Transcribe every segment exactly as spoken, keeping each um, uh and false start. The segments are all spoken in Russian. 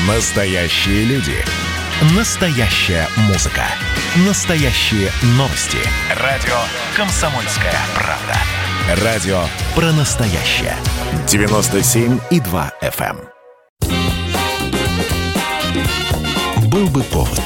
Настоящие люди. Настоящая музыка. Настоящие новости. Радио «Комсомольская правда». Радио про настоящее. девяносто семь и два эф эм. Был бы повод.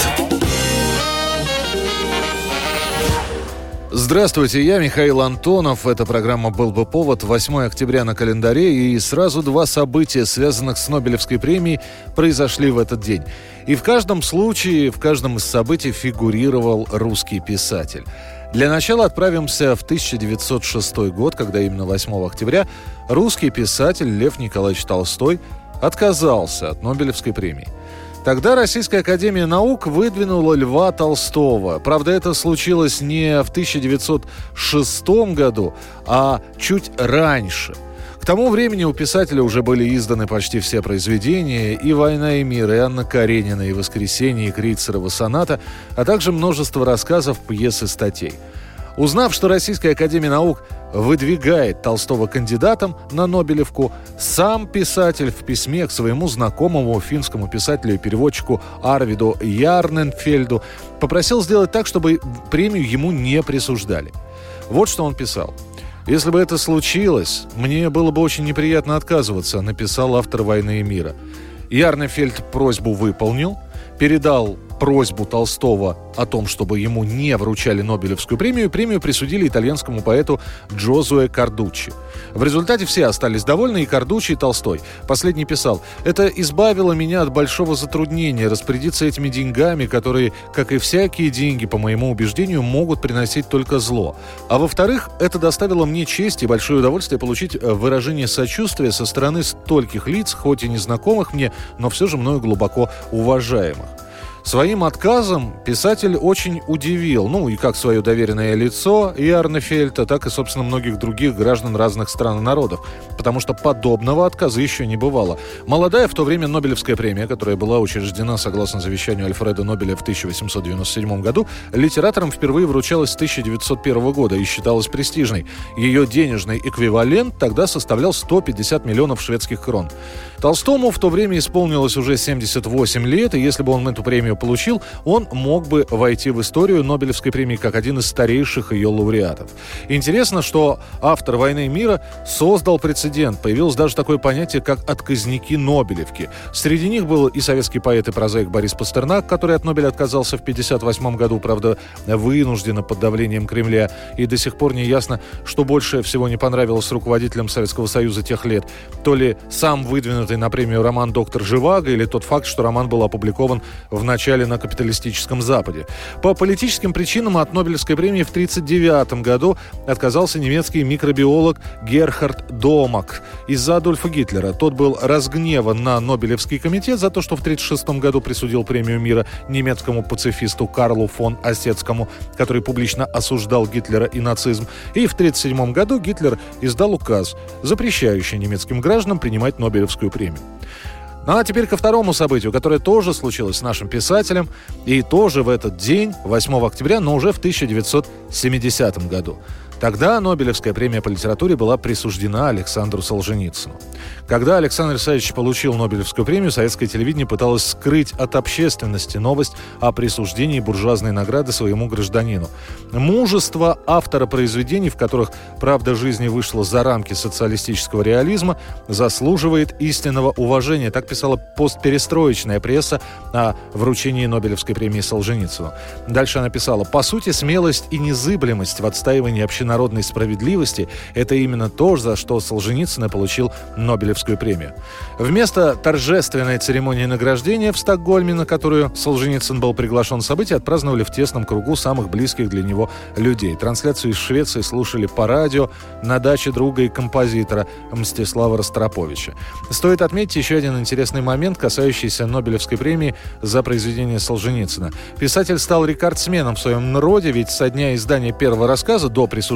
Здравствуйте, я Михаил Антонов. Эта программа «Был бы повод». восьмое октября на календаре. И сразу два события, связанных с Нобелевской премией, произошли в этот день. И в каждом случае, в каждом из событий фигурировал русский писатель. Для начала отправимся в тысяча девятьсот шестой год, когда именно восьмого октября русский писатель Лев Николаевич Толстой отказался от Нобелевской премии. Тогда Российская академия наук выдвинула Льва Толстого. Правда, это случилось не в тысяча девятьсот шестом году, а чуть раньше. К тому времени у писателя уже были изданы почти все произведения: и «Война и мир», и «Анна Каренина», и «Воскресенье», и «Крейцерова соната», а также множество рассказов, пьес и статей. Узнав, что Российская академия наук выдвигает Толстого кандидатом на Нобелевку, сам писатель в письме к своему знакомому финскому писателю и переводчику Арвиду Ярненфельду попросил сделать так, чтобы премию ему не присуждали. Вот что он писал. «Если бы это случилось, мне было бы очень неприятно отказываться», написал автор «Войны и мира». Ярненфельд просьбу выполнил, передал просьбу Толстого о том, чтобы ему не вручали Нобелевскую премию, и премию присудили итальянскому поэту Джозуэ Кардуччи. В результате все остались довольны, и Кардуччи, и Толстой. Последний писал: «Это избавило меня от большого затруднения распорядиться этими деньгами, которые, как и всякие деньги, по моему убеждению, могут приносить только зло. А во-вторых, это доставило мне честь и большое удовольствие получить выражение сочувствия со стороны стольких лиц, хоть и незнакомых мне, но все же мною глубоко уважаемых». Своим отказом писатель очень удивил, ну и как свое доверенное лицо Ярненфельда, так и, собственно, многих других граждан разных стран и народов, потому что подобного отказа еще не бывало. Молодая в то время Нобелевская премия, которая была учреждена согласно завещанию Альфреда Нобеля в тысяча восемьсот девяносто седьмом году, литераторам впервые вручалась с тысяча девятьсот первого года и считалась престижной. Ее денежный эквивалент тогда составлял сто пятьдесят миллионов шведских крон. Толстому в то время исполнилось уже семьдесят восемь лет, и если бы он эту премию получил, он мог бы войти в историю Нобелевской премии как один из старейших ее лауреатов. Интересно, что автор «Войны и мира» создал прецедент. Появилось даже такое понятие, как «отказники Нобелевки». Среди них был и советский поэт и прозаик Борис Пастернак, который от Нобеля отказался в пятьдесят восьмом году, правда, вынужденно под давлением Кремля. И до сих пор не ясно, что больше всего не понравилось руководителям Советского Союза тех лет. То ли сам выдвинутый на премию роман «Доктор Живаго», или тот факт, что роман был опубликован в начале на капиталистическом Западе. По политическим причинам от Нобелевской премии в тридцать девятом году отказался немецкий микробиолог Герхард Домак из-за Адольфа Гитлера. Тот был разгневан на Нобелевский комитет за то, что в тридцать шестом году присудил премию мира немецкому пацифисту Карлу фон Оссетскому, который публично осуждал Гитлера и нацизм. И в тридцать седьмом году Гитлер издал указ, запрещающий немецким гражданам принимать Нобелевскую премию. Ну а теперь ко второму событию, которое тоже случилось с нашим писателем, и тоже в этот день, восьмого октября, но уже в тысяча девятьсот семидесятом году. Тогда Нобелевская премия по литературе была присуждена Александру Солженицыну. Когда Александр Александрович получил Нобелевскую премию, советское телевидение пыталось скрыть от общественности новость о присуждении буржуазной награды своему гражданину. Мужество автора произведений, в которых правда жизни вышла за рамки социалистического реализма, заслуживает истинного уважения. Так писала постперестроечная пресса о вручении Нобелевской премии Солженицыну. Дальше она писала: «По сути, смелость и незыблемость в отстаивании общественного народной справедливости – это именно то, за что Солженицын получил Нобелевскую премию». Вместо торжественной церемонии награждения в Стокгольме, на которую Солженицын был приглашен, события отпраздновали в тесном кругу самых близких для него людей. Трансляцию из Швеции слушали по радио на даче друга и композитора Мстислава Ростроповича. Стоит отметить еще один интересный момент, касающийся Нобелевской премии за произведение Солженицына. Писатель стал рекордсменом в своем роде, ведь со дня издания первого рассказа до присуждения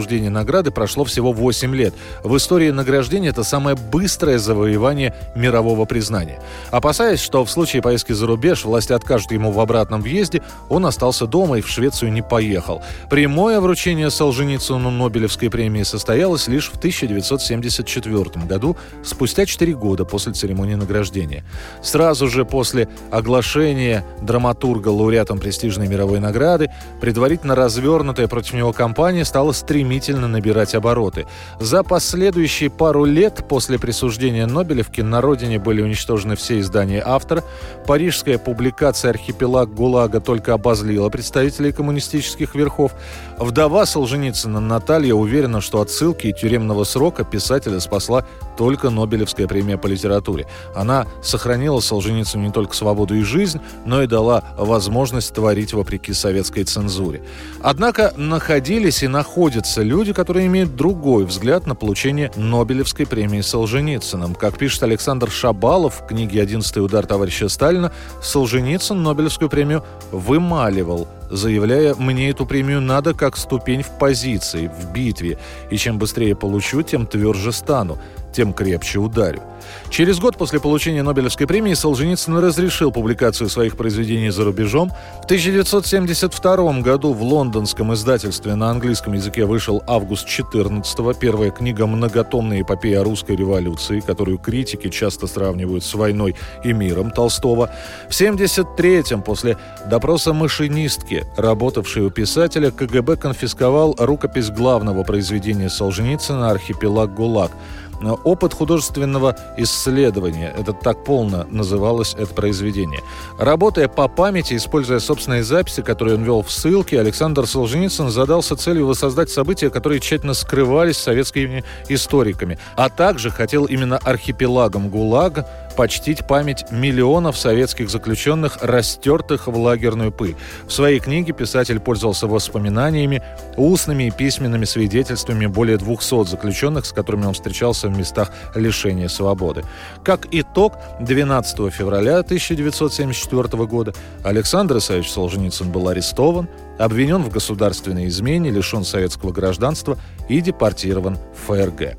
присуждения награды прошло всего восемь лет. В истории награждения это самое быстрое завоевание мирового признания. Опасаясь, что в случае поездки за рубеж власти откажут ему в обратном въезде, он остался дома и в Швецию не поехал. Прямое вручение Солженицыну Нобелевской премии состоялось лишь в тысяча девятьсот семьдесят четвёртом году, спустя четыре года после церемонии награждения. Сразу же после оглашения драматурга лауреатом престижной мировой награды, предварительно развернутая против него кампания стала стремительно набирать обороты. За последующие пару лет после присуждения Нобелевки на родине были уничтожены все издания автора. Парижская публикация «Архипелаг ГУЛАГа» только обозлила представителей коммунистических верхов. Вдова Солженицына Наталья уверена, что от ссылки и тюремного срока писателя спасла только Нобелевская премия по литературе. Она сохранила Солженицыну не только свободу и жизнь, но и дала возможность творить вопреки советской цензуре. Однако находились и находятся люди, которые имеют другой взгляд на получение Нобелевской премии Солженицыным. Как пишет Александр Шабалов в книге «Одиннадцатый удар товарища Сталина», Солженицын Нобелевскую премию вымаливал, заявляя: «Мне эту премию надо как ступень в позиции, в битве, и чем быстрее получу, тем тверже стану, тем крепче ударю». Через год после получения Нобелевской премии Солженицын разрешил публикацию своих произведений за рубежом. В тысяча девятьсот семьдесят втором году в лондонском издательстве на английском языке вышел «Август четырнадцатого», первая книга многотомной эпопеи о русской революции, которую критики часто сравнивают с «Войной и миром» Толстого. В семьдесят третьем, после допроса машинистки, работавшей у писателя, ка гэ бэ конфисковал рукопись главного произведения Солженицына «Архипелаг ГУЛАГ». «Опыт художественного исследования». Это так полно называлось это произведение. Работая по памяти, используя собственные записи, которые он вел в ссылке, Александр Солженицын задался целью воссоздать события, которые тщательно скрывались советскими историками, а также хотел именно архипелагом ГУЛАГа почтить память миллионов советских заключенных, растертых в лагерную пыль. В своей книге писатель пользовался воспоминаниями, устными и письменными свидетельствами более двухсот заключенных, с которыми он встречался в местах лишения свободы. Как итог, двенадцатого февраля тысяча девятьсот семьдесят четвёртого года Александр Исаевич Солженицын был арестован, обвинен в государственной измене, лишен советского гражданства и депортирован в эф эр гэ.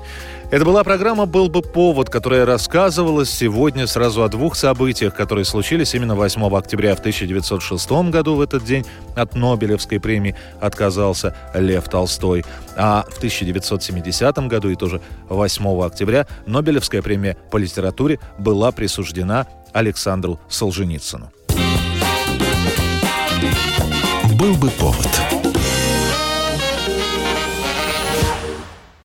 Это была программа «Был бы повод», которая рассказывала сегодня сразу о двух событиях, которые случились именно восьмого октября в тысяча девятьсот шестом году. В этот день от Нобелевской премии отказался Лев Толстой. А в тысяча девятьсот семидесятом году и тоже восьмого октября Нобелевская премия по литературе была присуждена Александру Солженицыну. «Был бы повод».